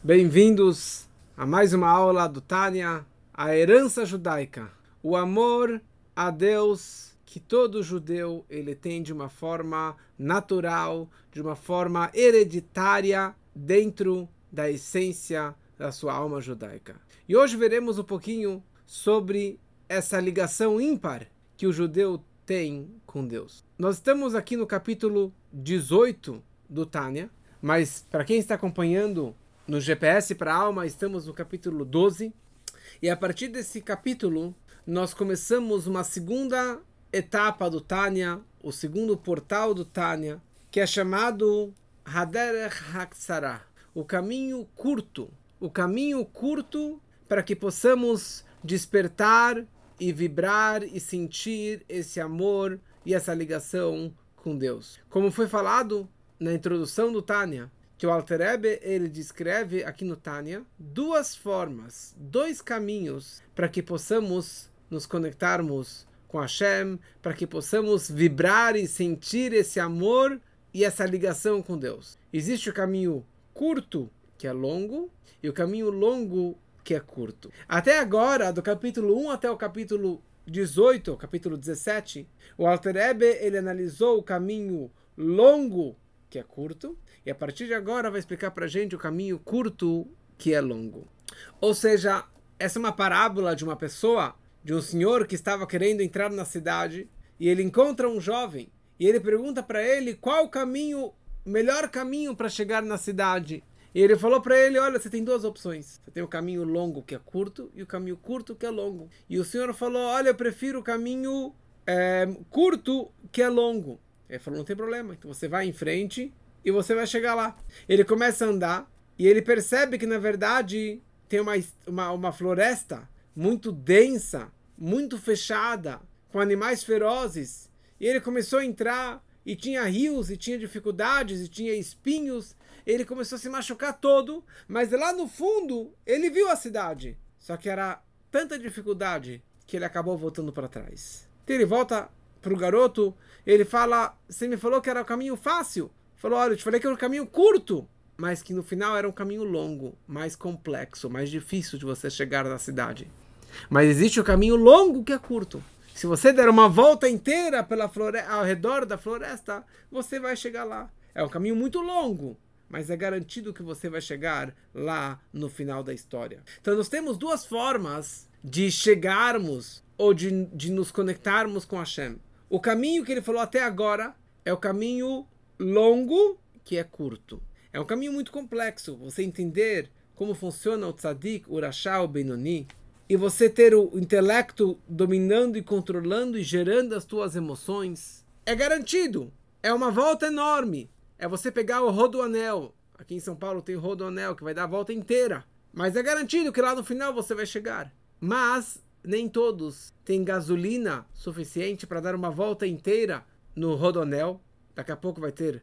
Bem-vindos a mais uma aula do Tânia, a herança judaica, o amor a Deus que todo judeu ele tem de uma forma natural, de uma forma hereditária dentro da essência da sua alma judaica. E hoje veremos um pouquinho sobre essa ligação ímpar que o judeu tem com Deus. Nós estamos aqui no capítulo 18 do Tânia, mas para quem está acompanhando no GPS para a alma, estamos no capítulo 12, e a partir desse capítulo nós começamos uma segunda etapa do Tânia, o segundo portal do Tânia, que é chamado Haderech HaKtsara, o caminho curto para que possamos despertar e vibrar e sentir esse amor e essa ligação com Deus. Como foi falado na introdução do Tânia, que o Alter Rebbe, ele descreve aqui no Tânia duas formas, dois caminhos para que possamos nos conectarmos com Hashem, para que possamos vibrar e sentir esse amor e essa ligação com Deus. Existe o caminho curto, que é longo, e o caminho longo, que é curto. Até agora, do capítulo 1 até o capítulo 18, o capítulo 17, o Alter Rebbe, ele analisou o caminho longo, que é curto, e a partir de agora vai explicar para a gente o caminho curto, que é longo. Ou seja, essa é uma parábola de uma pessoa, de um senhor que estava querendo entrar na cidade, e ele encontra um jovem, e ele pergunta para ele qual o caminho, melhor caminho para chegar na cidade. E ele falou para ele, olha, você tem duas opções. Você tem o caminho longo, que é curto, e o caminho curto, que é longo. E o senhor falou, olha, eu prefiro o caminho curto, que é longo. Ele falou, não tem problema, então você vai em frente e você vai chegar lá. Ele começa a andar e ele percebe que, na verdade, tem uma floresta muito densa, muito fechada, com animais ferozes. E ele começou a entrar e tinha rios, e tinha dificuldades, e tinha espinhos. Ele começou a se machucar todo, mas lá no fundo ele viu a cidade. Só que era tanta dificuldade que ele acabou voltando para trás. Então ele volta para o garoto, ele fala, você me falou que era o caminho fácil. Falou, olha, eu te falei que era um caminho curto, mas que no final era um caminho longo, mais complexo, mais difícil de você chegar na cidade. Mas existe o caminho longo que é curto. Se você der uma volta inteira ao redor da floresta, você vai chegar lá. É um caminho muito longo, mas é garantido que você vai chegar lá no final da história. Então nós temos duas formas de chegarmos ou de nos conectarmos com Hashem. O caminho que ele falou até agora é o caminho longo, que é curto. É um caminho muito complexo. Você entender como funciona o Tzadik, o Rasha, o Benoni, e você ter o intelecto dominando e controlando e gerando as tuas emoções, é garantido. É uma volta enorme. É você pegar o Rodoanel. Aqui em São Paulo tem o Rodoanel, que vai dar a volta inteira. Mas é garantido que lá no final você vai chegar. Mas nem todos têm gasolina suficiente para dar uma volta inteira no Rodoanel. Daqui a pouco vai ter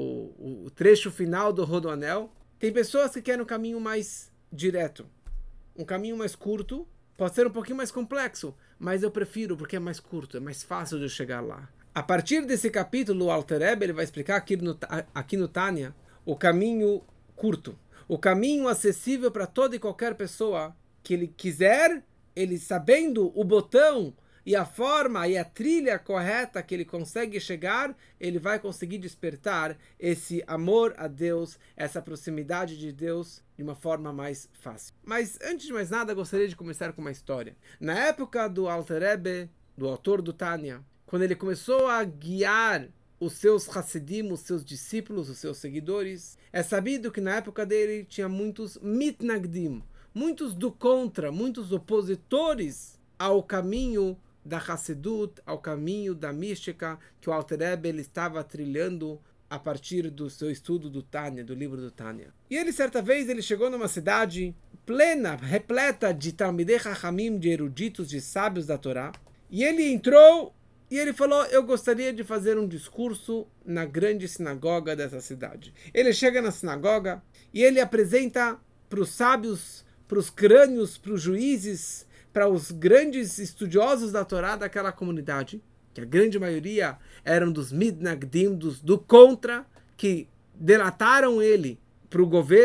o trecho final do Rodoanel. Tem pessoas que querem um caminho mais direto. Um caminho mais curto. Pode ser um pouquinho mais complexo, mas eu prefiro porque é mais curto, é mais fácil de chegar lá. A partir desse capítulo, o Alter Rebbe, ele vai explicar aqui no Tânia o caminho curto. O caminho acessível para toda e qualquer pessoa que ele quiser, ele sabendo o botão e a forma e a trilha correta que ele consegue chegar, ele vai conseguir despertar esse amor a Deus, essa proximidade de Deus de uma forma mais fácil. Mas antes de mais nada, gostaria de começar com uma história. Na época do Alter Rebbe, do autor do Tânia, quando ele começou a guiar os seus Hassidim, os seus discípulos, os seus seguidores, é sabido que na época dele tinha muitos mitnagdim, muitos do contra, muitos opositores ao caminho da Hassidut, ao caminho da mística que o Alter Rebbe ele estava trilhando a partir do seu estudo do Tânia, do livro do Tânia. E ele, certa vez, ele chegou numa cidade plena, repleta de Talmidei Chachamim, de eruditos, de sábios da Torá. E ele entrou e ele falou, eu gostaria de fazer um discurso na grande sinagoga dessa cidade. Ele chega na sinagoga e ele apresenta para os sábios, para os crânios, para os juízes, para os grandes estudiosos da Torá daquela comunidade, que a grande maioria eram dos Midnagdim, do contra, que delataram ele para o governo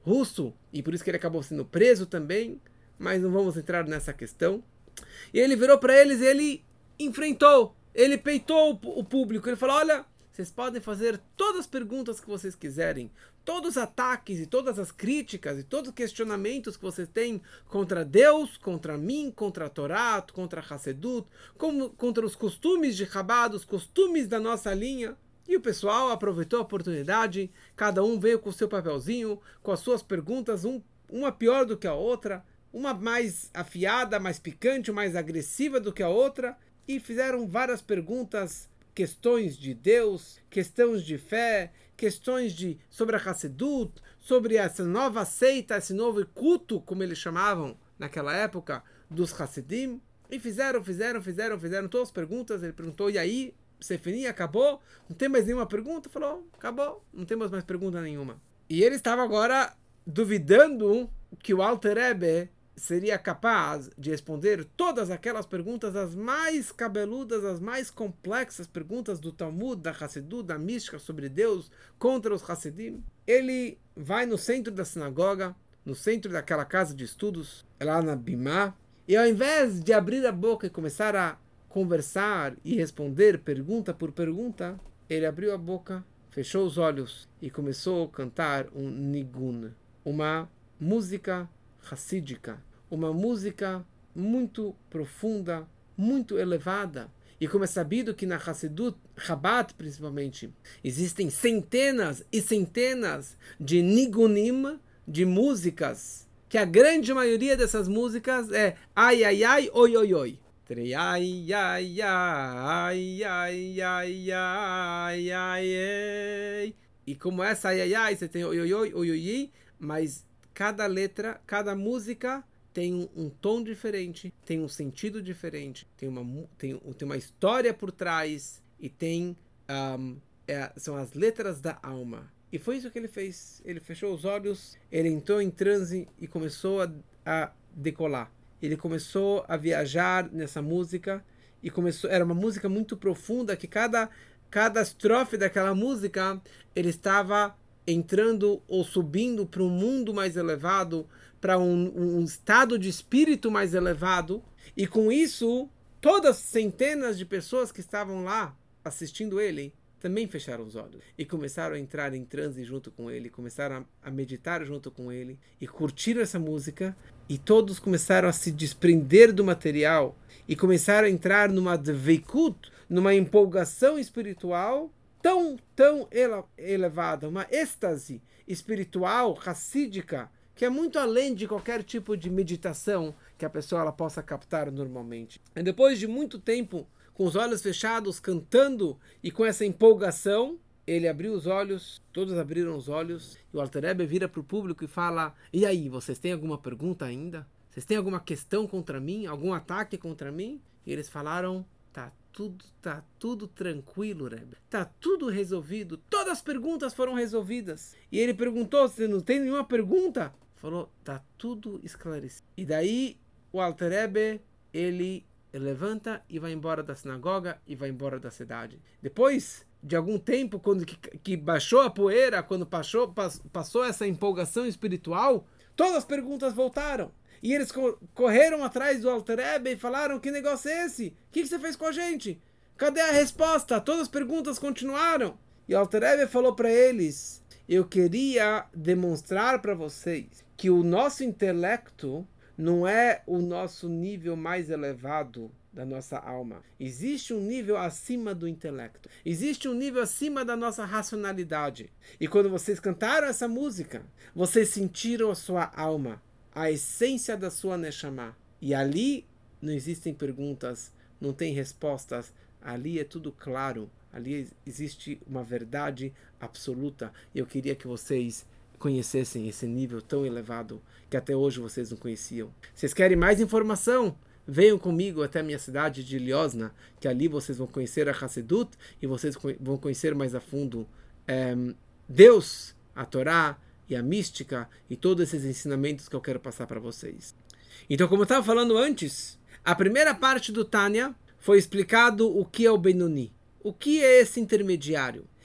russo, e por isso que ele acabou sendo preso também, mas não vamos entrar nessa questão. E ele virou para eles e ele enfrentou, ele peitou o público, ele falou, olha, vocês podem fazer todas as perguntas que vocês quiserem, todos os ataques e todas as críticas e todos os questionamentos que vocês têm contra Deus, contra mim, contra a Torá, contra a Hassedut, contra os costumes de Chabad, os costumes da nossa linha. E o pessoal aproveitou a oportunidade, cada um veio com o seu papelzinho, com as suas perguntas, uma pior do que a outra, uma mais afiada, mais picante, mais agressiva do que a outra, e fizeram várias perguntas, questões de Deus, questões de fé, questões sobre a Hassedut, sobre essa nova seita, esse novo culto, como eles chamavam naquela época, dos Hassidim, e fizeram todas as perguntas. Ele perguntou, e aí, Sefini, acabou? Não tem mais nenhuma pergunta? Falou, acabou, não temos mais pergunta nenhuma. E ele estava agora duvidando que o Alter Rebbe seria capaz de responder todas aquelas perguntas, as mais cabeludas, as mais complexas perguntas do Talmud, da Hassedut, da mística sobre Deus contra os Hassidim. Ele vai no centro da sinagoga, no centro daquela casa de estudos, lá na Bimá, e ao invés de abrir a boca e começar a conversar e responder pergunta por pergunta, ele abriu a boca, fechou os olhos e começou a cantar um nigun, uma música hassídica, uma música muito profunda, muito elevada. E como é sabido que na Hassedut, Chabad principalmente, existem centenas e centenas de nigunim, de músicas, que a grande maioria dessas músicas é ai, ai, ai, oi, oi, oi. Ai, ai, ai, ai, ai, ai, ai, ai. E como essa ai, ai, ai, você tem oi, oi, oi, oi, oi, mas cada letra, cada música tem um tom diferente, tem um sentido diferente, tem uma história por trás e são as letras da alma. E foi isso que ele fez. Ele fechou os olhos, ele entrou em transe e começou a decolar. Ele começou a viajar nessa música e era uma música muito profunda que cada estrofe daquela música ele estava entrando ou subindo para um mundo mais elevado, para um estado de espírito mais elevado, e com isso todas as centenas de pessoas que estavam lá assistindo ele também fecharam os olhos e começaram a entrar em transe junto com ele, começaram a meditar junto com ele e curtiram essa música, e todos começaram a se desprender do material e começaram a entrar numa dveikut, numa empolgação espiritual tão elevada, uma êxtase espiritual, hassídica, que é muito além de qualquer tipo de meditação que a pessoa ela possa captar normalmente. E depois de muito tempo, com os olhos fechados, cantando e com essa empolgação, ele abriu os olhos, todos abriram os olhos, e o Alter Rebbe vira para o público e fala, e aí, vocês têm alguma pergunta ainda? Vocês têm alguma questão contra mim? Algum ataque contra mim? E eles falaram, tá tudo tranquilo, Rebbe. Tá tudo resolvido. Todas as perguntas foram resolvidas. E ele perguntou, você não tem nenhuma pergunta? Falou, tá tudo esclarecido. E daí o Alter Rebbe, ele levanta e vai embora da sinagoga e vai embora da cidade. Depois de algum tempo, quando que baixou a poeira, quando passou essa empolgação espiritual, todas as perguntas voltaram. E eles correram atrás do Alter Rebbe e falaram, que negócio é esse? O que você fez com a gente? Cadê a resposta? Todas as perguntas continuaram. E o Alter Rebbe falou para eles, eu queria demonstrar para vocês que o nosso intelecto não é o nosso nível mais elevado da nossa alma. Existe um nível acima do intelecto. Existe um nível acima da nossa racionalidade. E quando vocês cantaram essa música, vocês sentiram a sua alma, a essência da sua Neshama. E ali não existem perguntas, não tem respostas. Ali é tudo claro. Ali existe uma verdade absoluta. E eu queria que vocês conhecessem esse nível tão elevado que até hoje vocês não conheciam. Vocês querem mais informação? Venham comigo até a minha cidade de Liosna, que ali vocês vão conhecer a Hassedut e vocês vão conhecer mais a fundo Deus, a Torá e a mística e todos esses ensinamentos que eu quero passar para vocês. Então, como eu estava falando antes, a primeira parte do Tânia foi explicado o que é o Benoni, o que é esse intermediário.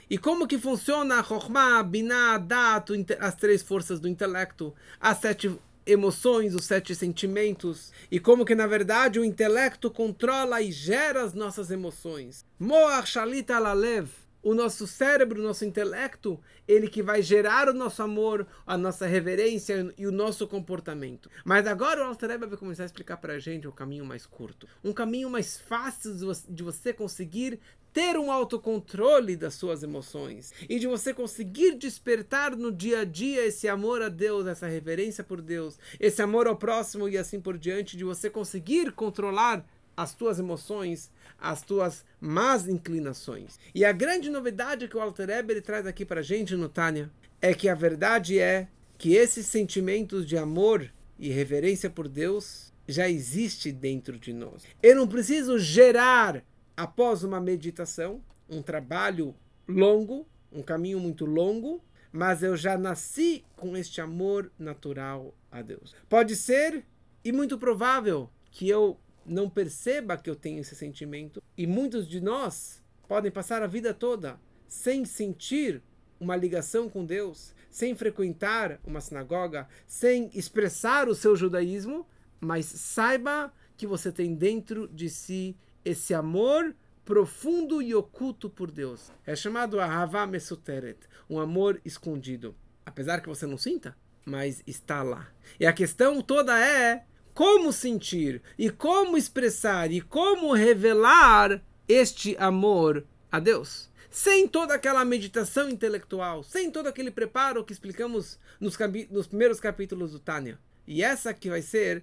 E como que funciona a Chokhmah, Binah, Dat, as 3 forças do intelecto, as 7 emoções, os 7 sentimentos, e como que na verdade o intelecto controla e gera as nossas emoções. Moach Shalit Alalev, o nosso cérebro, o nosso intelecto, ele que vai gerar o nosso amor, a nossa reverência e o nosso comportamento. Mas agora o Alter Rebbe vai começar a explicar para a gente um caminho mais curto, um caminho mais fácil de você conseguir ter um autocontrole das suas emoções e de você conseguir despertar no dia a dia esse amor a Deus, essa reverência por Deus, esse amor ao próximo e assim por diante, de você conseguir controlar as tuas emoções, as tuas más inclinações. E a grande novidade que o Alter Rebbe ele traz aqui para a gente no Tânia é que a verdade é que esses sentimentos de amor e reverência por Deus já existe dentro de nós. Eu não preciso gerar após uma meditação, um trabalho longo, um caminho muito longo, mas eu já nasci com este amor natural a Deus. Pode ser, e muito provável, que eu não perceba que eu tenho esse sentimento, e muitos de nós podem passar a vida toda sem sentir uma ligação com Deus, sem frequentar uma sinagoga, sem expressar o seu judaísmo, mas saiba que você tem dentro de si esse amor profundo e oculto por Deus. É chamado Ahavá Mesuteret, um amor escondido. Apesar que você não sinta, mas está lá. E a questão toda é como sentir, e como expressar, e como revelar este amor a Deus. Sem toda aquela meditação intelectual, sem todo aquele preparo que explicamos nos primeiros capítulos do Tânia. E essa que vai ser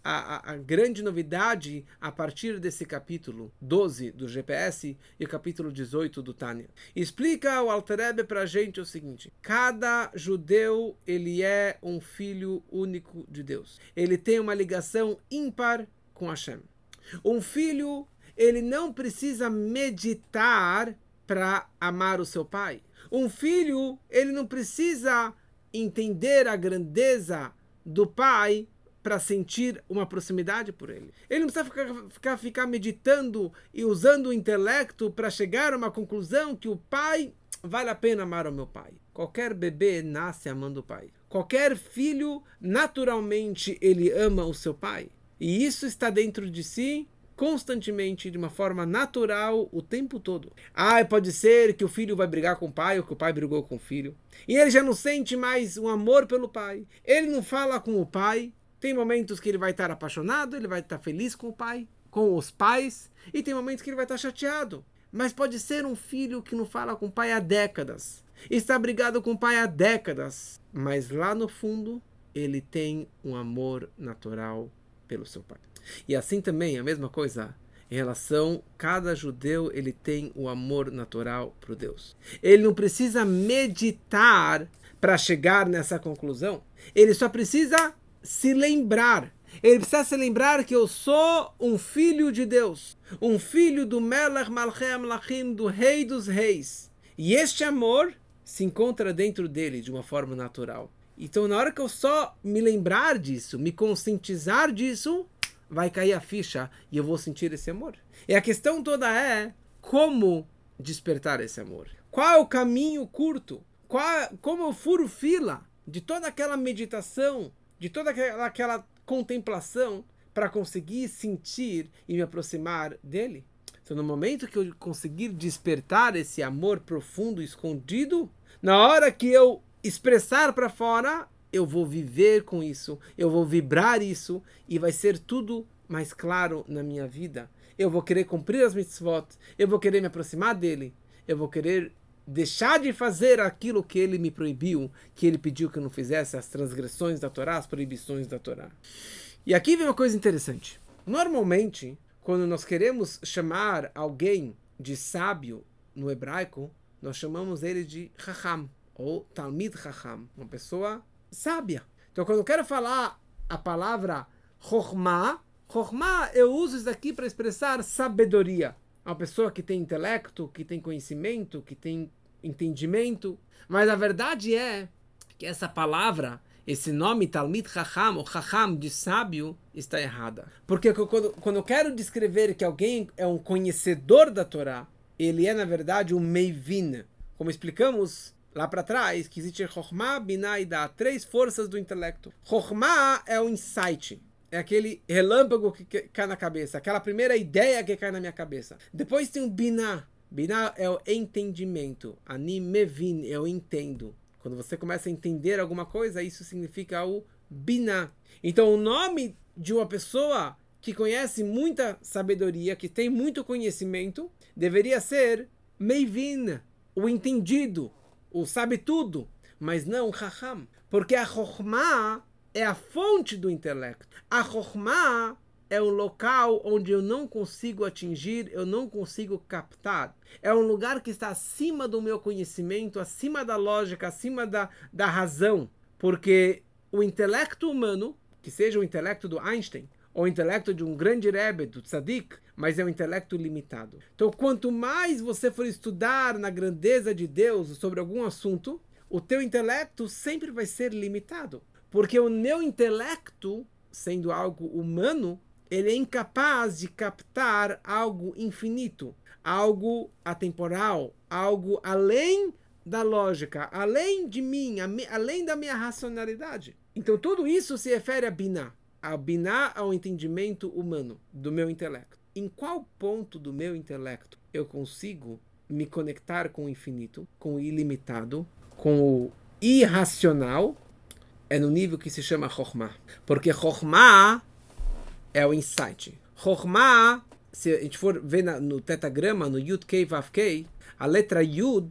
a grande novidade a partir desse capítulo 12 do GPS e o capítulo 18 do Tânia. Explica o Alter Rebbe para a gente o seguinte: cada judeu ele é um filho único de Deus. Ele tem uma ligação ímpar com Hashem. Um filho, ele não precisa meditar para amar o seu pai. Um filho, ele não precisa entender a grandeza do pai para sentir uma proximidade por ele. Ele não precisa ficar meditando e usando o intelecto para chegar a uma conclusão que o pai, vale a pena amar o meu pai. Qualquer bebê nasce amando o pai. Qualquer filho, naturalmente, ele ama o seu pai. E isso está dentro de si constantemente, de uma forma natural, o tempo todo. Pode ser que o filho vai brigar com o pai, ou que o pai brigou com o filho. E ele já não sente mais um amor pelo pai. Ele não fala com o pai. Tem momentos que ele vai estar apaixonado, ele vai estar feliz com o pai, com os pais, e tem momentos que ele vai estar chateado. Mas pode ser um filho que não fala com o pai há décadas, está brigado com o pai há décadas, mas lá no fundo ele tem um amor natural pelo seu pai. E assim também, a mesma coisa, em relação, cada judeu ele tem o amor natural para Deus. Ele não precisa meditar para chegar nessa conclusão, ele só precisa se lembrar. Ele precisa se lembrar que eu sou um filho de Deus, um filho do Melech Malchei Amlachim, do Rei dos Reis. E este amor se encontra dentro dele de uma forma natural. Então, na hora que eu só me lembrar disso, me conscientizar disso, vai cair a ficha e eu vou sentir esse amor. E a questão toda é como despertar esse amor. Qual é o caminho curto? Como eu furo fila de toda aquela meditação, de toda aquela contemplação para conseguir sentir e me aproximar dele? Então, no momento que eu conseguir despertar esse amor profundo, escondido, na hora que eu expressar para fora, eu vou viver com isso, eu vou vibrar isso e vai ser tudo mais claro na minha vida. Eu vou querer cumprir as mitzvot, eu vou querer me aproximar dele, eu vou querer deixar de fazer aquilo que ele me proibiu, que ele pediu que eu não fizesse, as transgressões da Torá, as proibições da Torá. E aqui vem uma coisa interessante. Normalmente, quando nós queremos chamar alguém de sábio no hebraico, nós chamamos ele de Chacham, ou Talmid Chacham, uma pessoa sábia. Então, quando eu quero falar a palavra Chokhmah, eu uso isso aqui para expressar sabedoria. Uma pessoa que tem intelecto, que tem conhecimento, que tem entendimento. Mas a verdade é que essa palavra, esse nome Talmid Chacham, ou Chacham de sábio, está errada. Porque quando eu quero descrever que alguém é um conhecedor da Torá, ele é, na verdade, um Meivin, como explicamos lá para trás, que existe Chokhmah, Binah e Da'at, 3 forças do intelecto. Chokhmah é o insight, é aquele relâmpago que cai na cabeça, aquela primeira ideia que cai na minha cabeça. Depois tem o Binah. Binah é o entendimento. Ani mevin, eu entendo. Quando você começa a entender alguma coisa, isso significa o Binah. Então, o nome de uma pessoa que conhece muita sabedoria, que tem muito conhecimento, deveria ser Mevin, o entendido, o sabe tudo, mas não Chacham. Porque a Chokhmah é a fonte do intelecto. A Chokhmah é um local onde eu não consigo atingir, eu não consigo captar. É um lugar que está acima do meu conhecimento, acima da lógica, acima da razão. Porque o intelecto humano, que seja o intelecto do Einstein, ou o intelecto de um grande Rebbe, do Tzadik, mas é um intelecto limitado. Então, quanto mais você for estudar na grandeza de Deus sobre algum assunto, o teu intelecto sempre vai ser limitado. Porque o meu intelecto, sendo algo humano, ele é incapaz de captar algo infinito, algo atemporal, algo além da lógica, além de mim, além da minha racionalidade. Então tudo isso se refere a Binah. A Binah é o entendimento humano do meu intelecto. Em qual ponto do meu intelecto eu consigo me conectar com o infinito, com o ilimitado, com o irracional? É no nível que se chama Chokhmah. Porque Chokhmah é o insight. Chokhmah, se a gente for ver no tetagrama, no Yud Kei Vav Kei, a letra Yud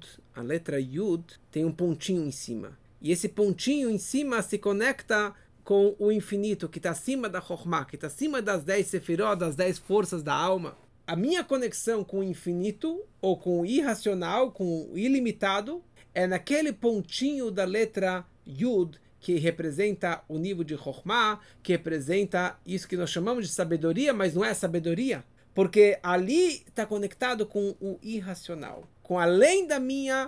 tem um pontinho em cima. E esse pontinho em cima se conecta com o infinito, que está acima da Chokhmah, que está acima das 10 sefirot, das 10 forças da alma. A minha conexão com o infinito, ou com o irracional, com o ilimitado, é naquele pontinho da letra Yud, que representa o nível de Chokhmah, que representa isso que nós chamamos de sabedoria, mas não é sabedoria. Porque ali está conectado com o irracional, com além da minha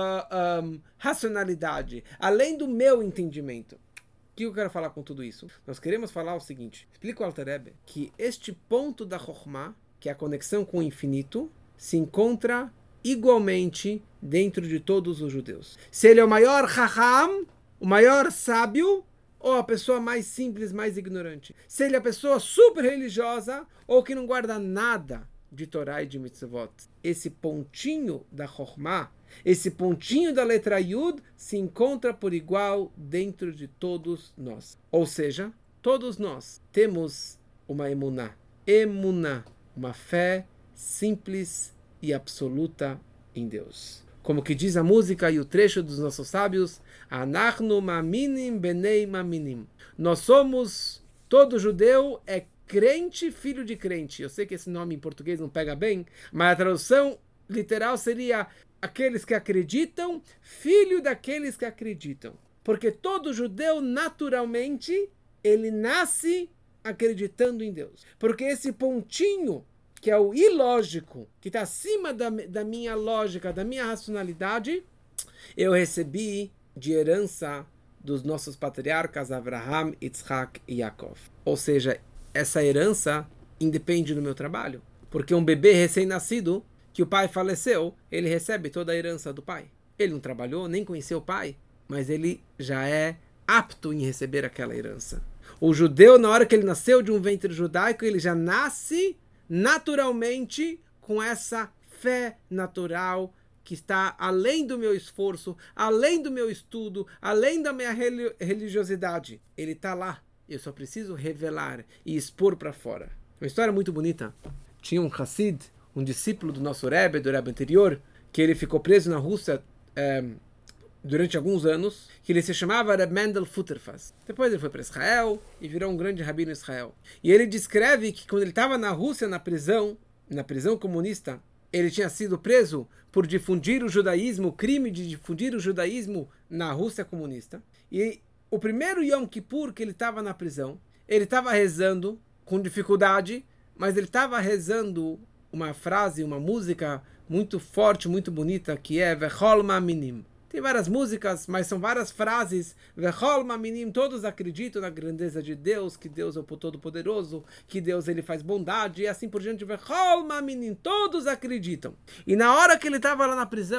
racionalidade, além do meu entendimento. O que eu quero falar com tudo isso? Nós queremos falar o seguinte, explica o Alter Rebbe, que este ponto da Chokhmah, que é a conexão com o infinito, se encontra igualmente dentro de todos os judeus. Se ele é o maior Chacham, o maior sábio, ou a pessoa mais simples, mais ignorante. Se ele é a pessoa super religiosa, ou que não guarda nada de Torá e de Mitzvot. Esse pontinho da Chokhmah, esse pontinho da letra Yud, se encontra por igual dentro de todos nós. Ou seja, todos nós temos uma emuná, uma fé simples e absoluta em Deus. Como que diz a música e o trecho dos nossos sábios, Anachnu maminim benei maminim. Nós somos, todo judeu é crente, filho de crente. Eu sei que esse nome em português não pega bem, mas a tradução literal seria aqueles que acreditam, filho daqueles que acreditam. Porque todo judeu, naturalmente, ele nasce acreditando em Deus. Porque esse pontinho, que é o ilógico, que está acima da minha lógica, da minha racionalidade, eu recebi de herança dos nossos patriarcas Abraham, Yitzhak e Yaakov. Ou seja, essa herança independe do meu trabalho. Porque um bebê recém-nascido, que o pai faleceu, ele recebe toda a herança do pai. Ele não trabalhou, nem conheceu o pai, mas ele já é apto em receber aquela herança. O judeu, na hora que ele nasceu de um ventre judaico, ele já nasce naturalmente com essa fé natural que está além do meu esforço, além do meu estudo, além da minha religiosidade. Ele está lá. Eu só preciso revelar e expor para fora. Uma história muito bonita. Tinha um Hassid, um discípulo do nosso Rebbe, do Rebbe anterior, que ele ficou preso na Rússia durante alguns anos, que ele se chamava Reb Mendel Futterfass. Depois ele foi para Israel e virou um grande rabino em Israel. E ele descreve que quando ele estava na Rússia, na prisão comunista, ele tinha sido preso por difundir o judaísmo, o crime de difundir o judaísmo na Rússia comunista. E o primeiro Yom Kippur que ele estava na prisão, ele estava rezando com dificuldade, mas ele estava rezando uma frase, uma música muito forte, muito bonita, que é Vechol Maminim. Tem várias músicas, mas são várias frases. Vechol Maminim, todos acreditam na grandeza de Deus, que Deus é o Todo-Poderoso, que Deus ele faz bondade, e assim por diante. Vechol Maminim, todos acreditam. E na hora que ele estava lá na prisão,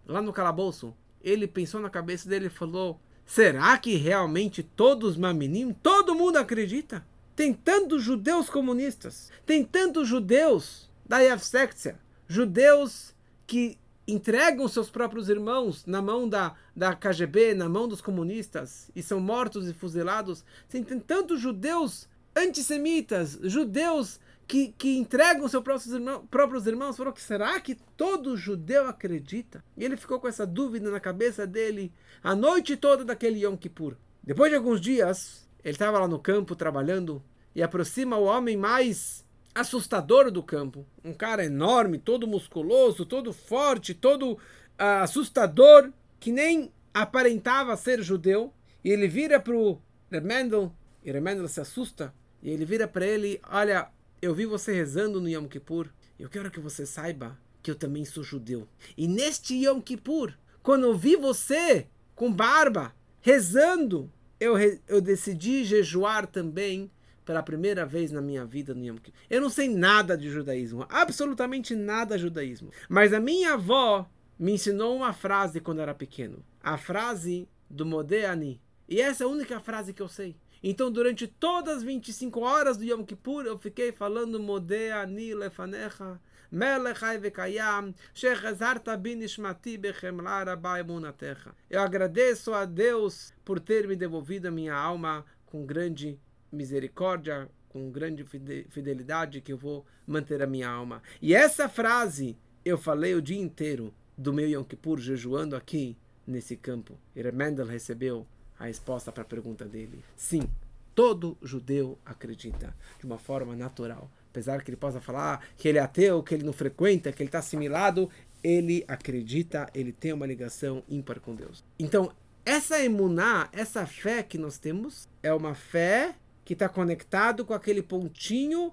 lá no calabouço, ele pensou na cabeça dele e falou: será que realmente todos maminim, todo mundo acredita? Tem tantos judeus comunistas, tem tantos judeus da Yavsektia, judeus que entregam seus próprios irmãos na mão da KGB, na mão dos comunistas, e são mortos e fuzilados. Tem tantos judeus antissemitas, judeus que entregam seus próprios irmãos. Falou que será que todo judeu acredita? E ele ficou com essa dúvida na cabeça dele a noite toda daquele Yom Kippur. Depois de alguns dias, ele estava lá no campo trabalhando e aproxima o homem mais assustador do campo. Um cara enorme, todo musculoso, todo forte, todo assustador, que nem aparentava ser judeu. E ele vira para o Reb Mendel, e Reb Mendel se assusta, e ele vira para ele: olha, eu vi você rezando no Yom Kippur, eu quero que você saiba que eu também sou judeu. E neste Yom Kippur, quando eu vi você com barba, rezando, eu decidi jejuar também pela primeira vez na minha vida no Yom Kippur. Eu não sei nada de judaísmo, absolutamente nada de judaísmo. Mas a minha avó me ensinou uma frase quando eu era pequeno. A frase do Modeh Ani. E essa é a única frase que eu sei. Então, durante todas as 25 horas do Yom Kippur, eu fiquei falando Modeh Ani lefanecha, melech hai vekayam, shechazarta bi nishmati bechemla rabá emunatecha. Eu agradeço a Deus por ter me devolvido a minha alma com grande misericórdia, com grande fidelidade, que eu vou manter a minha alma. E essa frase eu falei o dia inteiro do meu Yom Kippur, jejuando aqui nesse campo. E Reb Mendel recebeu a resposta para a pergunta dele. Sim, todo judeu acredita de uma forma natural. Apesar que ele possa falar que ele é ateu, que ele não frequenta, que ele está assimilado, ele acredita, ele tem uma ligação ímpar com Deus. Então, essa emuná, essa fé que nós temos, é uma fé que está conectado com aquele pontinho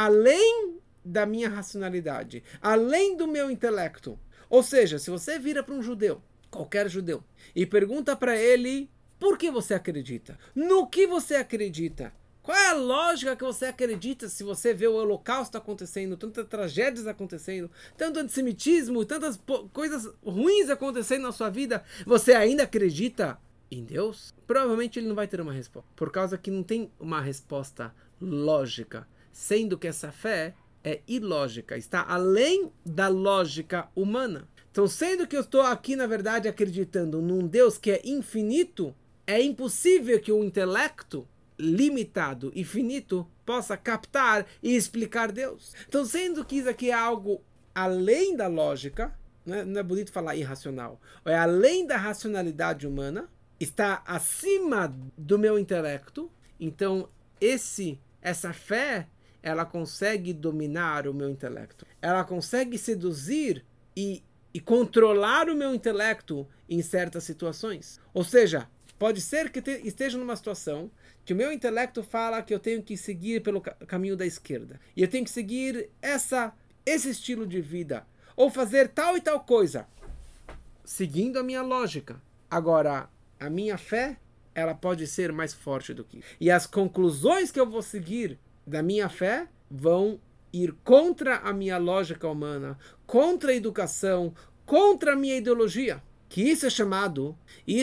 além da minha racionalidade, além do meu intelecto. Ou seja, se você vira para um judeu, qualquer judeu, e pergunta para ele: por que você acredita? No que você acredita? Qual é a lógica que você acredita se você vê o holocausto acontecendo, tantas tragédias acontecendo, tanto antissemitismo, tantas coisas ruins acontecendo na sua vida? Você ainda acredita em Deus? Provavelmente ele não vai ter uma resposta, por causa que não tem uma resposta lógica, sendo que essa fé é ilógica, está além da lógica humana. Então, sendo que eu estou aqui, na verdade, acreditando num Deus que é infinito, é impossível que o intelecto limitado e finito possa captar e explicar Deus. Então, sendo que isso aqui é algo além da lógica, não é bonito falar irracional, é além da racionalidade humana, está acima do meu intelecto, então essa fé, ela consegue dominar o meu intelecto. Ela consegue seduzir e controlar o meu intelecto em certas situações. Ou seja, pode ser que esteja numa situação que o meu intelecto fala que eu tenho que seguir pelo caminho da esquerda. E eu tenho que seguir esse estilo de vida. Ou fazer tal e tal coisa. Seguindo a minha lógica. Agora, a minha fé, ela pode ser mais forte do que isso. E as conclusões que eu vou seguir da minha fé vão ir contra a minha lógica humana, contra a educação, contra a minha ideologia. Que isso é chamado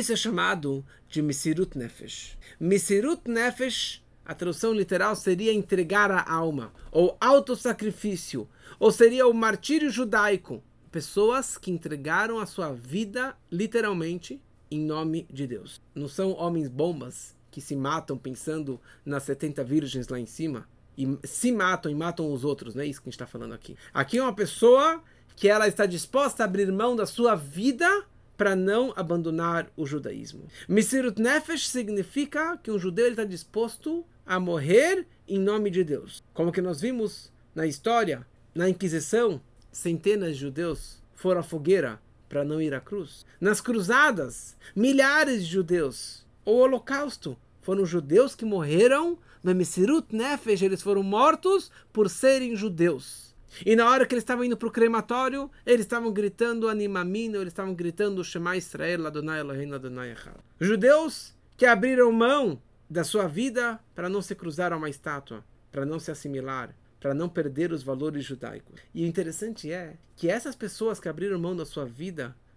de Mesirut Nefesh. Mesirut Nefesh, a tradução literal seria entregar a alma, ou autossacrifício, ou seria o martírio judaico. Pessoas que entregaram a sua vida, literalmente, em nome de Deus. Não são homens bombas que se matam pensando nas 70 virgens lá em cima, e se matam e matam os outros, não é isso que a gente está falando aqui. Aqui é uma pessoa que ela está disposta a abrir mão da sua vida para não abandonar o judaísmo. Mesirut Nefesh significa que um judeu está disposto a morrer em nome de Deus. Como que nós vimos na história, na Inquisição, centenas de judeus foram à fogueira para não ir à cruz. Nas cruzadas, milhares de judeus. O Holocausto, foram judeus que morreram, mas Mesirut Nefesh, eles foram mortos por serem judeus. E na hora que eles estavam indo para o crematório, eles estavam gritando Animamino, eles estavam gritando Shema Israel, Adonai Eloheinu, Adonai Echad. Judeus que abriram mão da sua vida para não se cruzar a uma estátua, para não se assimilar, para não perder os valores judaicos. E o interessante é que essas pessoas que abriram mão da sua vida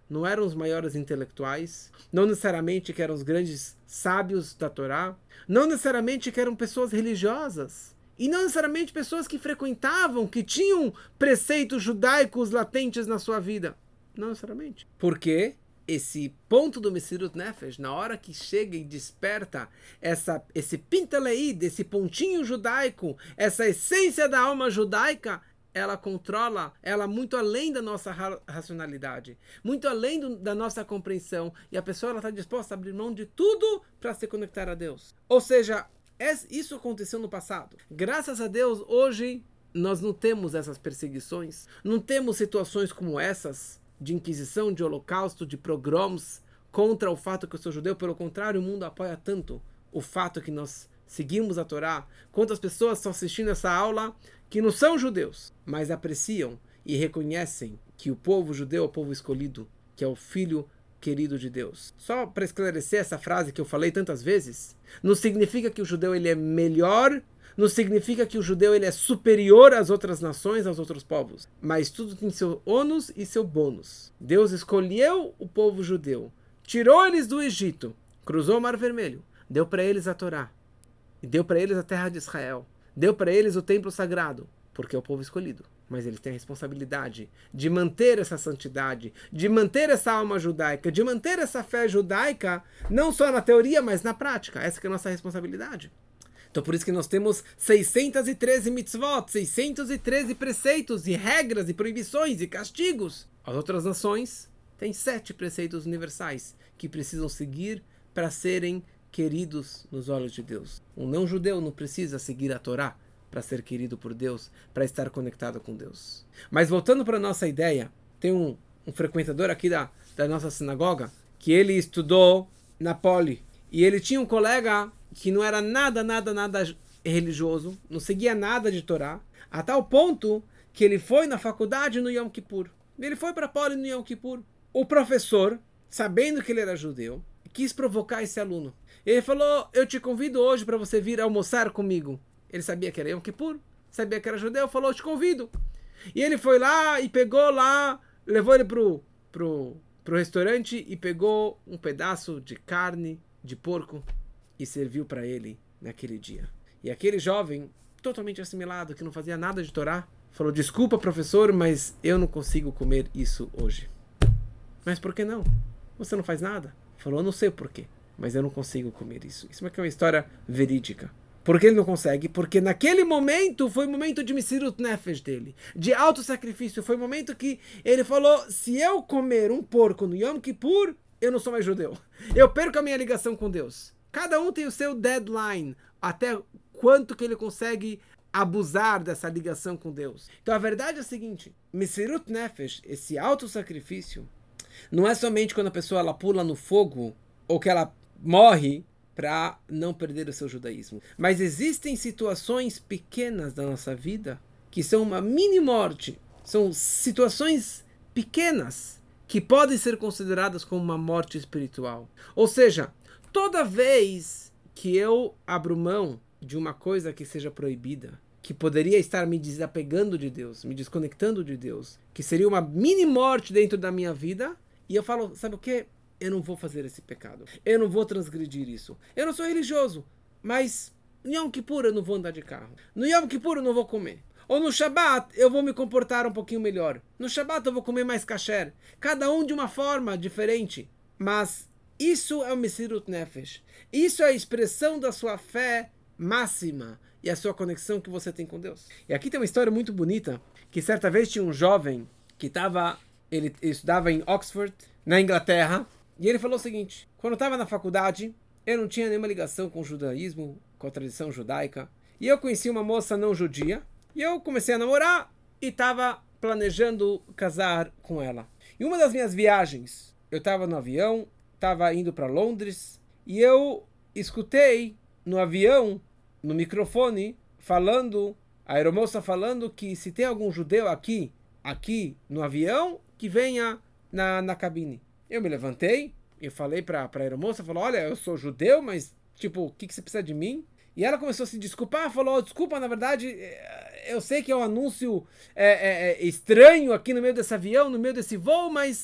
não eram os maiores intelectuais, não necessariamente que eram os grandes sábios da Torá, não necessariamente que eram pessoas religiosas, e não necessariamente pessoas que frequentavam, que tinham preceitos judaicos latentes na sua vida. Não necessariamente. Porque esse ponto do Mesirut Nefesh, na hora que chega e desperta esse pintaleid, esse pontinho judaico, essa essência da alma judaica, ela controla, ela muito além da nossa racionalidade, muito além da nossa compreensão, e a pessoa está disposta a abrir mão de tudo para se conectar a Deus. Ou seja, isso aconteceu no passado. Graças a Deus, hoje, nós não temos essas perseguições, não temos situações como essas, de inquisição, de holocausto, de pogroms, contra o fato que eu sou judeu. Pelo contrário, o mundo apoia tanto o fato que nós seguimos a Torá. Quantas pessoas estão assistindo essa aula que não são judeus, mas apreciam e reconhecem que o povo judeu é o povo escolhido, que é o filho querido de Deus. Só para esclarecer essa frase que eu falei tantas vezes, não significa que o judeu ele é melhor, não significa que o judeu ele é superior às outras nações, aos outros povos, mas tudo tem seu ônus e seu bônus. Deus escolheu o povo judeu, tirou eles do Egito, cruzou o Mar Vermelho, deu para eles a Torá, e deu para eles a terra de Israel, deu para eles o templo sagrado, porque é o povo escolhido. Mas eles têm a responsabilidade de manter essa santidade, de manter essa alma judaica, de manter essa fé judaica, não só na teoria, mas na prática. Essa que é a nossa responsabilidade. Então por isso que nós temos 613 mitzvot, 613 preceitos e regras e proibições e castigos. As outras nações têm 7 preceitos universais que precisam seguir para serem queridos nos olhos de Deus. Um não-judeu não precisa seguir a Torá para ser querido por Deus, para estar conectado com Deus. Mas voltando para a nossa ideia, tem um frequentador aqui da nossa sinagoga, que ele estudou na Poli, e ele tinha um colega que não era nada religioso, não seguia nada de Torá, a tal ponto que ele foi na faculdade no Yom Kippur. Ele foi para a Poli no Yom Kippur. O professor, sabendo que ele era judeu, quis provocar esse aluno. Ele falou, eu te convido hoje para você vir almoçar comigo. Ele sabia que era Yom Kippur, sabia que era judeu, falou, eu te convido. E ele foi lá e pegou lá, levou ele pro restaurante e pegou um pedaço de carne de porco e serviu para ele naquele dia. E aquele jovem, totalmente assimilado, que não fazia nada de Torá, falou, desculpa professor, mas eu não consigo comer isso hoje. Mas por que não? Você não faz nada? Falou, eu não sei por quê, mas eu não consigo comer isso. Isso é uma história verídica. Por que ele não consegue? Porque naquele momento foi o momento de Mesirut Nefesh dele, de autossacrifício. Foi o momento que ele falou, se eu comer um porco no Yom Kippur, eu não sou mais judeu. Eu perco a minha ligação com Deus. Cada um tem o seu deadline, até quanto que ele consegue abusar dessa ligação com Deus. Então a verdade é a seguinte, Mesirut Nefesh, esse autossacrifício, não é somente quando a pessoa ela pula no fogo, ou que ela morre, para não perder o seu judaísmo. Mas existem situações pequenas da nossa vida que são uma mini morte. São situações pequenas que podem ser consideradas como uma morte espiritual. Ou seja, toda vez que eu abro mão de uma coisa que seja proibida, que poderia estar me desapegando de Deus, me desconectando de Deus, que seria uma mini morte dentro da minha vida, e eu falo, sabe o quê? Eu não vou fazer esse pecado. Eu não vou transgredir isso. Eu não sou religioso, mas no Yom Kippur eu não vou andar de carro. No Yom Kippur eu não vou comer. Ou no Shabbat eu vou me comportar um pouquinho melhor. No Shabbat eu vou comer mais kasher. Cada um de uma forma diferente. Mas isso é o Mesirut Nefesh. Isso é a expressão da sua fé máxima e a sua conexão que você tem com Deus. E aqui tem uma história muito bonita, que certa vez tinha um jovem que ele estudava em Oxford, na Inglaterra, e ele falou o seguinte, quando eu estava na faculdade, eu não tinha nenhuma ligação com o judaísmo, com a tradição judaica, e eu conheci uma moça não judia, e eu comecei a namorar, e estava planejando casar com ela. Em uma das minhas viagens, eu estava no avião, estava indo para Londres, e eu escutei no avião, no microfone, a aeromoça falando que se tem algum judeu aqui no avião, que venha na cabine. Eu me levantei, eu falei para a aeromoça, falou, olha, eu sou judeu, mas, tipo, o que você precisa de mim? E ela começou a se desculpar, falou, desculpa, na verdade, eu sei que é um anúncio estranho aqui no meio desse avião, no meio desse voo, mas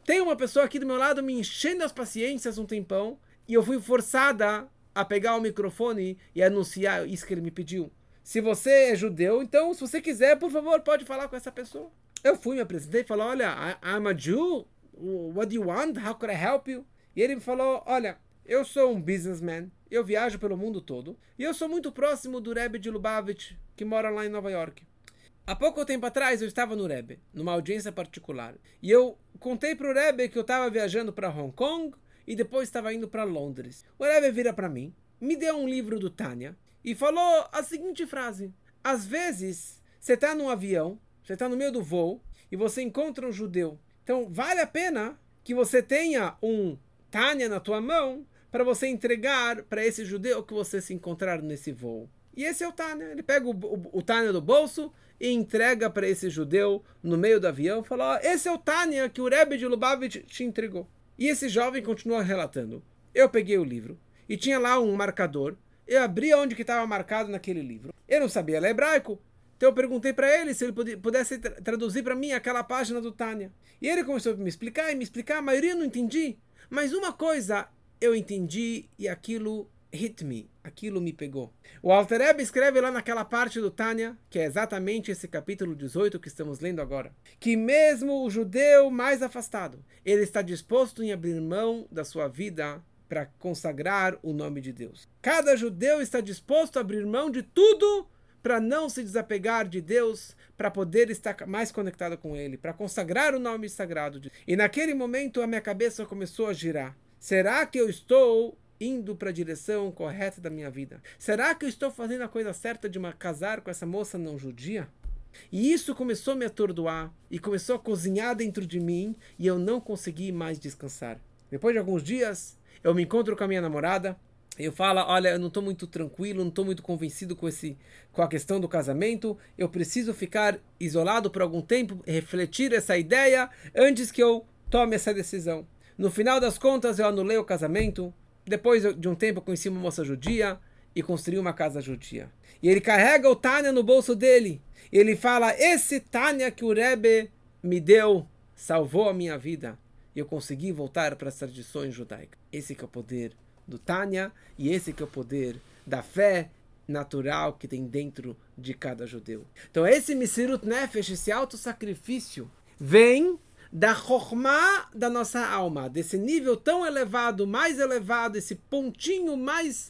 tem uma pessoa aqui do meu lado me enchendo as paciências um tempão, e eu fui forçada a pegar o microfone e anunciar isso que ele me pediu. Se você é judeu, então, se você quiser, por favor, pode falar com essa pessoa. Eu fui, me apresentei e falei, olha, I'm a Jew, what do you want? How could I help you? E ele me falou, olha, eu sou um businessman, eu viajo pelo mundo todo, e eu sou muito próximo do Rebbe de Lubavitch, que mora lá em Nova York. Há pouco tempo atrás eu estava no Rebbe, numa audiência particular, e eu contei para o Rebbe que eu estava viajando para Hong Kong e depois estava indo para Londres. O Rebbe vira para mim, me deu um livro do Tânia e falou a seguinte frase: às vezes você está num avião, você está no meio do voo e você encontra um judeu. Então vale a pena que você tenha um Tânia na tua mão para você entregar para esse judeu que você se encontrar nesse voo. E esse é o Tânia. Ele pega o Tânia do bolso e entrega para esse judeu no meio do avião. Fala, esse é o Tânia que o Rebbe de Lubavitch te entregou. E esse jovem continua relatando. Eu peguei o livro e tinha lá um marcador. Eu abri onde que estava marcado naquele livro. Eu não sabia ler hebraico. Então eu perguntei para ele se ele pudesse traduzir para mim aquela página do Tânia. E ele começou a me explicar. A maioria eu não entendi. Mas uma coisa eu entendi e aquilo hit me, aquilo me pegou. O Alter Rebbe escreve lá naquela parte do Tânia, que é exatamente esse capítulo 18 que estamos lendo agora, que mesmo o judeu mais afastado, ele está disposto em abrir mão da sua vida para consagrar o nome de Deus. Cada judeu está disposto a abrir mão de tudo para não se desapegar de Deus, para poder estar mais conectado com Ele, para consagrar o nome sagrado de Deus. E naquele momento a minha cabeça começou a girar. Será que eu estou indo para a direção correta da minha vida? Será que eu estou fazendo a coisa certa de casar com essa moça não judia? E isso começou a me atordoar e começou a cozinhar dentro de mim e eu não consegui mais descansar. Depois de alguns dias, eu me encontro com a minha namorada e eu falo, olha, eu não estou muito tranquilo, não estou muito convencido com a questão do casamento, eu preciso ficar isolado por algum tempo, refletir essa ideia antes que eu tome essa decisão. No final das contas, eu anulei o casamento. Depois de um tempo, eu conheci uma moça judia e construí uma casa judia. E ele carrega o Tânia no bolso dele. E ele fala, esse Tânia que o Rebbe me deu, salvou a minha vida. E eu consegui voltar para as tradições judaicas. Esse que é o poder do Tânia e esse que é o poder da fé natural que tem dentro de cada judeu. Então esse Mesirut Nefesh, esse auto-sacrifício, vem da Chokhmah da nossa alma, desse nível tão elevado, mais elevado, esse pontinho mais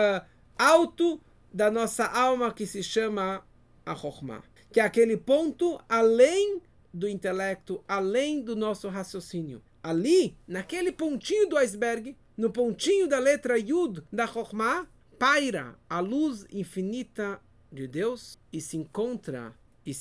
alto da nossa alma que se chama a Chokhmah, que é aquele ponto além do intelecto, além do nosso raciocínio. Ali, naquele pontinho do iceberg, no pontinho da letra Yud da Chokhmah, paira a luz infinita de Deus e se encontra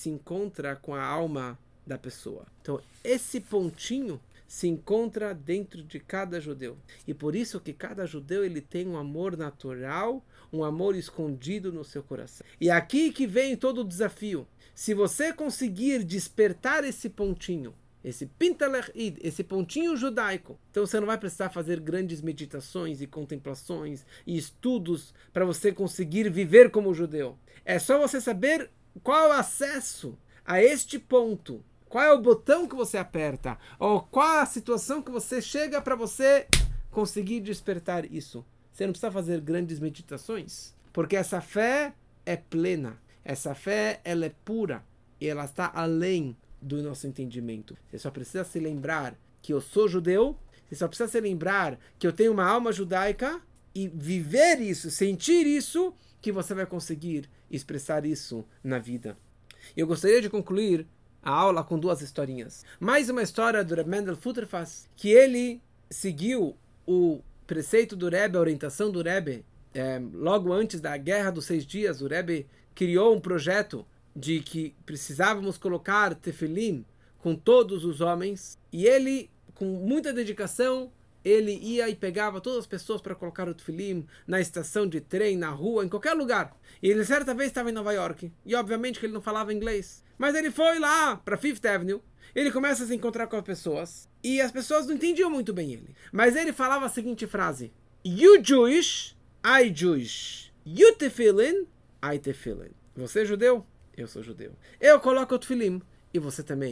com a alma da pessoa. Então, esse pontinho se encontra dentro de cada judeu. E por isso que cada judeu ele tem um amor natural, um amor escondido no seu coração. E aqui que vem todo o desafio. Se você conseguir despertar esse pontinho, esse Pintalech Id, esse pontinho judaico, então você não vai precisar fazer grandes meditações e contemplações e estudos para você conseguir viver como judeu. É só você saber qual é o acesso a este ponto. Qual é o botão que você aperta? Ou qual a situação que você chega para você conseguir despertar isso? Você não precisa fazer grandes meditações, porque essa fé é plena. Essa fé, ela é pura e ela está além do nosso entendimento. Você só precisa se lembrar que eu sou judeu, você só precisa se lembrar que eu tenho uma alma judaica e viver isso, sentir isso, que você vai conseguir expressar isso na vida. Eu gostaria de concluir a aula com duas historinhas. Mais uma história do Reb Mendel Futerfas, que ele seguiu o preceito do Rebbe, a orientação do Rebbe. Logo antes da Guerra dos 6 Dias, o Rebbe criou um projeto de que precisávamos colocar tefilim com todos os homens. E ele, com muita dedicação, ele ia e pegava todas as pessoas para colocar o tefilim na estação de trem, na rua, em qualquer lugar. E ele certa vez estava em Nova York. E obviamente que ele não falava inglês. Mas ele foi lá para Fifth Avenue. Ele começa a se encontrar com as pessoas. E as pessoas não entendiam muito bem ele. Mas ele falava a seguinte frase: You Jewish, I Jewish. You tefillin, I tefillin. Você é judeu? Eu sou judeu. Eu coloco o tefilim. E você também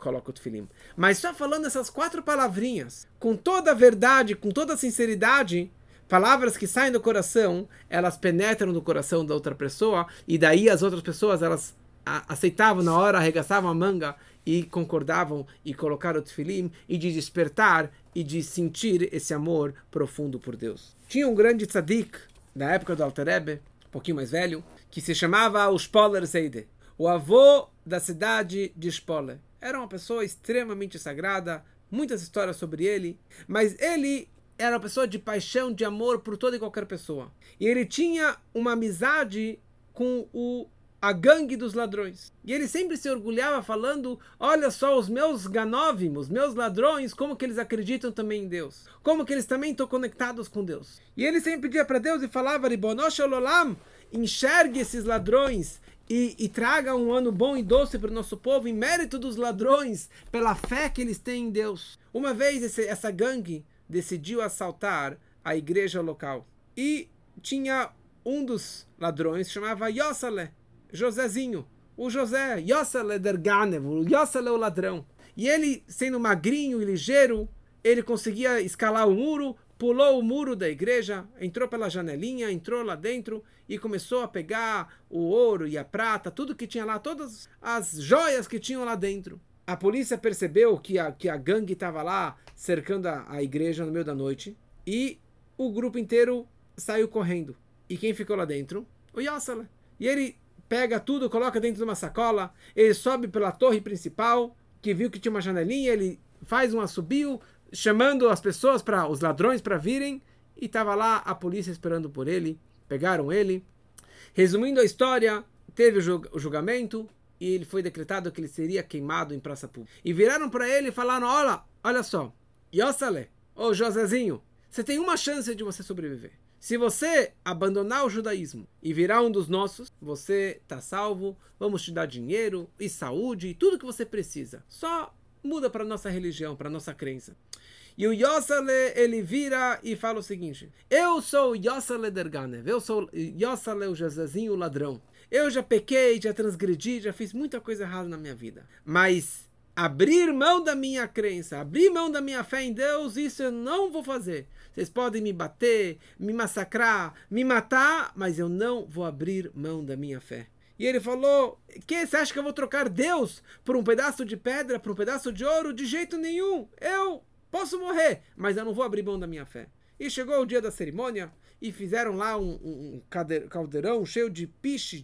coloca o tefilim. Mas só falando essas 4 palavrinhas, com toda a verdade, com toda a sinceridade, palavras que saem do coração, elas penetram no coração da outra pessoa, e daí as outras pessoas, elas aceitavam na hora, arregaçavam a manga e concordavam e colocaram o tefilim, e de despertar e de sentir esse amor profundo por Deus. Tinha um grande tzadik, da época do Alter Rebbe, um pouquinho mais velho, que se chamava o Spoller Seide, o avô da cidade de Spoller. Era uma pessoa extremamente sagrada, muitas histórias sobre ele, mas ele era uma pessoa de paixão, de amor por toda e qualquer pessoa. E ele tinha uma amizade com a gangue dos ladrões. E ele sempre se orgulhava falando, olha só os meus ganovim, os meus ladrões, como que eles acreditam também em Deus. Como que eles também estão conectados com Deus. E ele sempre pedia para Deus e falava, Ribono shel olam, enxergue esses ladrões e traga um ano bom e doce para o nosso povo, em mérito dos ladrões, pela fé que eles têm em Deus. Uma vez essa gangue decidiu assaltar a igreja local. E tinha um dos ladrões, chamava Yossele, Josézinho. O José, Yossele der Ganev, o Yossele o ladrão. E ele, sendo magrinho e ligeiro, ele conseguia escalar o muro, pulou o muro da igreja, entrou pela janelinha, entrou lá dentro e começou a pegar o ouro e a prata, tudo que tinha lá, todas as joias que tinham lá dentro. A polícia percebeu que a gangue estava lá cercando a igreja no meio da noite e o grupo inteiro saiu correndo. E quem ficou lá dentro? O Yossele. E ele pega tudo, coloca dentro de uma sacola, ele sobe pela torre principal, que viu que tinha uma janelinha, ele faz um assobio, chamando as pessoas, os ladrões para virem, e estava lá a polícia esperando por ele, pegaram ele. Resumindo a história, teve o julgamento, e ele foi decretado que ele seria queimado em praça pública. E viraram para ele e falaram, olha só, Yossele, ô Josézinho, você tem uma chance de você sobreviver. Se você abandonar o judaísmo e virar um dos nossos, você está salvo, vamos te dar dinheiro e saúde e tudo que você precisa. Só muda para a nossa religião, para a nossa crença. E o Yossele, ele vira e fala o seguinte, eu sou o Yossele der Ganev, eu sou Yossele, o Josézinho, o ladrão. Eu já pequei, já transgredi, já fiz muita coisa errada na minha vida. Mas abrir mão da minha crença, abrir mão da minha fé em Deus, isso eu não vou fazer. Vocês podem me bater, me massacrar, me matar, mas eu não vou abrir mão da minha fé. E ele falou, você acha que eu vou trocar Deus por um pedaço de pedra, por um pedaço de ouro? De jeito nenhum. Eu posso morrer, mas eu não vou abrir mão da minha fé. E chegou o dia da cerimônia e fizeram lá um caldeirão cheio de piche,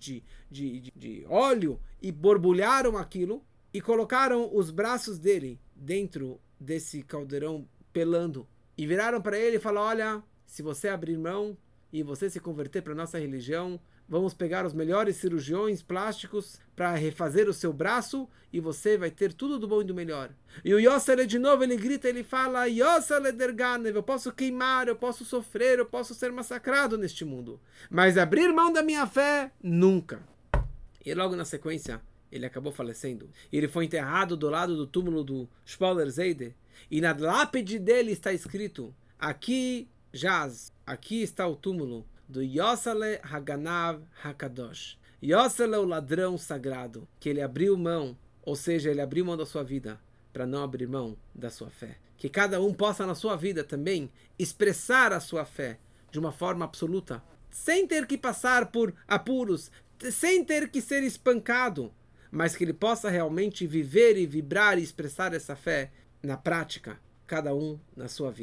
de óleo, e borbulharam aquilo e colocaram os braços dele dentro desse caldeirão pelando. E viraram para ele e falaram, olha, se você abrir mão e você se converter para a nossa religião, vamos pegar os melhores cirurgiões plásticos para refazer o seu braço e você vai ter tudo do bom e do melhor. E o Yossele de novo, ele grita, ele fala, Yossele der Ganev, eu posso queimar, eu posso sofrer, eu posso ser massacrado neste mundo. Mas abrir mão da minha fé, nunca. E logo na sequência, ele acabou falecendo. E ele foi enterrado do lado do túmulo do Spoller Seide. E na lápide dele está escrito, aqui jaz, aqui está o túmulo do Yossele Haganav Hakadosh. Yossele, o ladrão sagrado, que ele abriu mão, ou seja, ele abriu mão da sua vida para não abrir mão da sua fé. Que cada um possa na sua vida também expressar a sua fé de uma forma absoluta, sem ter que passar por apuros, sem ter que ser espancado, mas que ele possa realmente viver e vibrar e expressar essa fé na prática, cada um na sua vida.